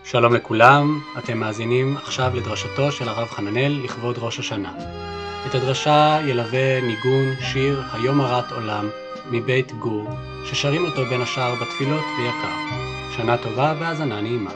שלום לכולם, אתם מאזינים עכשיו לדרשתו של הרב חננאל לכבוד ראש השנה. את הדרשה ילווה ניגון שיר היום הרת עולם מבית גור, ששרים אותו בין השאר בתפילות ביקר. שנה טובה והאזנה נעימה.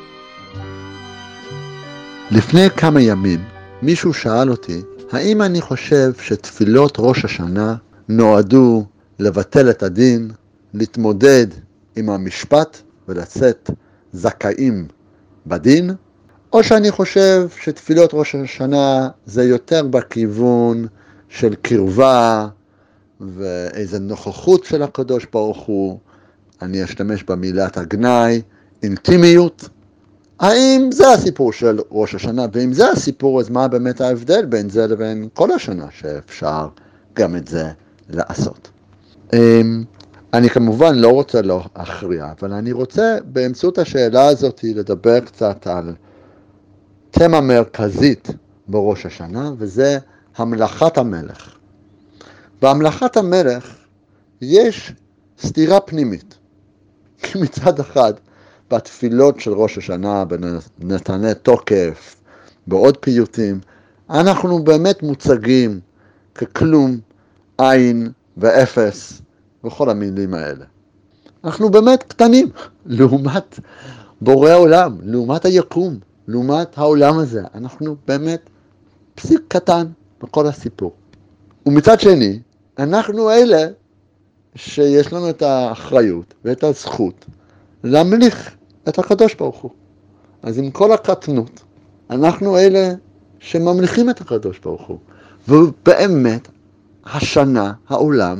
לפני כמה ימים מישהו שאל אותי, האם אני חושב שתפילות ראש השנה נועדו לבטל את הדין, להתמודד עם המשפט ולצאת זכאים בדין, או שאני חושב שתפילות ראש השנה זה יותר בכיוון של קרבה ואיזו נוכחות של הקדוש ברוך הוא, אני אשתמש במילת הגנאי, אינטימיות. האם זה הסיפור של ראש השנה? ואם זה הסיפור, אז מה באמת ההבדל בין זה לבין כל השנה שאפשר גם את זה לעשות? אני כמובן לא רוצה להכריע, אבל אני רוצה באמצעות השאלה הזאת לדבר קצת על תמה מרכזית בראש השנה, וזה המלכת המלך. בהמלכת המלך יש סתירה פנימית. כי מצד אחד, בתפילות של ראש השנה, בנתני תוקף, בעוד פיוטים, אנחנו באמת מוצגים ככלום, עין ואפס, וכל המילים האלה. אנחנו באמת קטנים, לעומת בורא העולם, לעומת היקום, לעומת העולם הזה. אנחנו באמת פסיק קטן בכל הסיפור. ומצד שני, אנחנו אלה שיש לנו את האחריות ואת הזכות להמליך את הקדוש ברוך הוא. אז עם כל הקטנות, אנחנו אלה שממליכים את הקדוש ברוך הוא. ובאמת, השנה, העולם,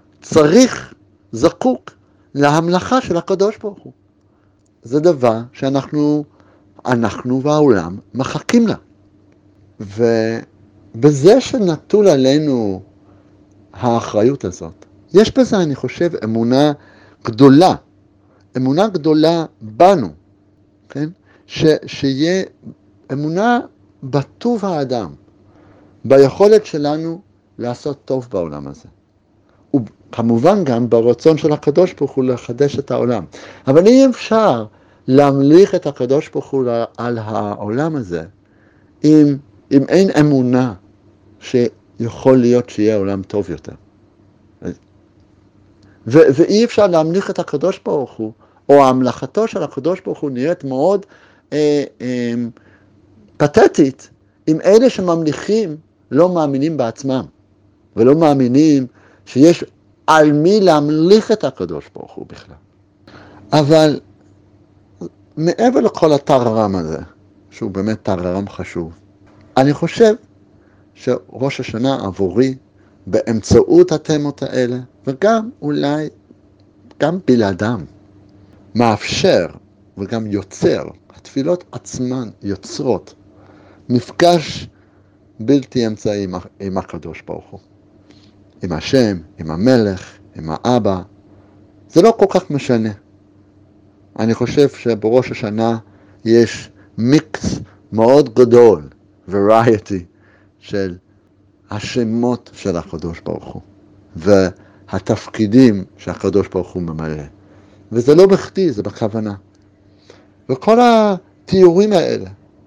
זקוק להמלכה של הקדוש ברוך הוא. זה דבר שאנחנו והעולם מחכים לה. ובזה שנטול עלינו האחריות הזאת, יש בזה, אני חושב, אמונה גדולה בנו, כן? שיהיה אמונה בטוב האדם, ביכולת שלנו לעשות טוב בעולם הזה. וכמובן גם ברצון של הקדוש ברוך הוא לחדש את העולם. אבל אי אפשר להמליך את הקדוש ברוך הוא על העולם הזה, אם אין אמונה שיכול להיות שיהיה עולם טוב יותר. ואי אפשר להמליך את הקדוש ברוך הוא, או המלכתו של הקדוש ברוך הוא נראית מאוד פתטית, אם אלה שממליכים לא מאמינים בעצמם, ולא מאמינים שיש על מי להמליך את הקדוש ברוך הוא בכלל. אבל מעבר לכל הטררם הזה, שהוא באמת טררם חשוב, אני חושב שראש השנה עבורי, באמצעות התמות האלה, וגם אולי, גם בלעדם, מאפשר וגם יוצר, התפילות עצמן יוצרות, מפגש בלתי אמצעי עם הקדוש ברוך הוא. עם השם, עם המלך, עם האבא. זה לא כל כך משנה. אני חושב שבראש השנה יש מיקס מאוד גדול, variety, של השמות של הקדוש ברוך הוא, והתפקידים שהקדוש ברוך הוא ממלא. וזה לא בכדי, זה בכוונה. וכל התיאורים האלה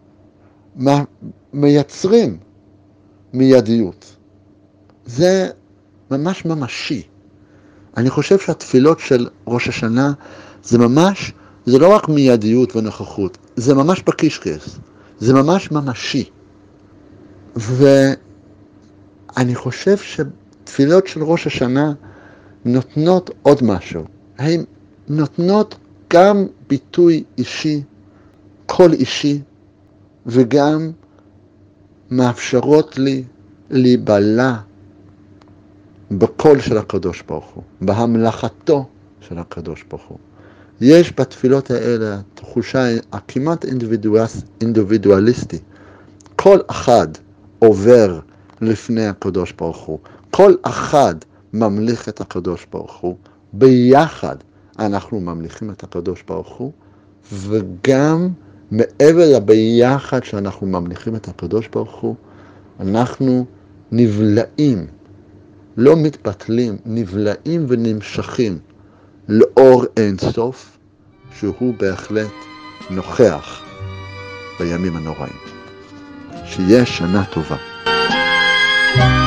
מייצרים מיידיות. זה ממש ממשי. אני חושב שהתפילות של ראש השנה זה לא רק מיידיות ונוכחות, זה ממש בקישקס, זה ממש ממשי. ואני חושב שתפילות של ראש השנה נותנות עוד משהו. הן נותנות גם ביטוי אישי, קול אישי, וגם מאפשרות לי להיבלע בקול של הקדוש ברוך הוא, בהמלכתו של הקדוש ברוך הוא. יש בתפילות האלה תחושה הכמעט אינדיבידואליסטי. כל אחד עובר לפני הקדוש ברוך הוא. כל אחד ממליך את הקדוש ברוך הוא. ביחד אנחנו ממליכים את הקדוש ברוך הוא, וגם מעבר לביחד שאנחנו ממליכים את הקדוש ברוך הוא, אנחנו נבלעים, לא מתבטלים, נבלעים ונמשכים לאור אין סוף, שהוא בהחלט נוכח בימים הנוראים. שיהיה שנה טובה.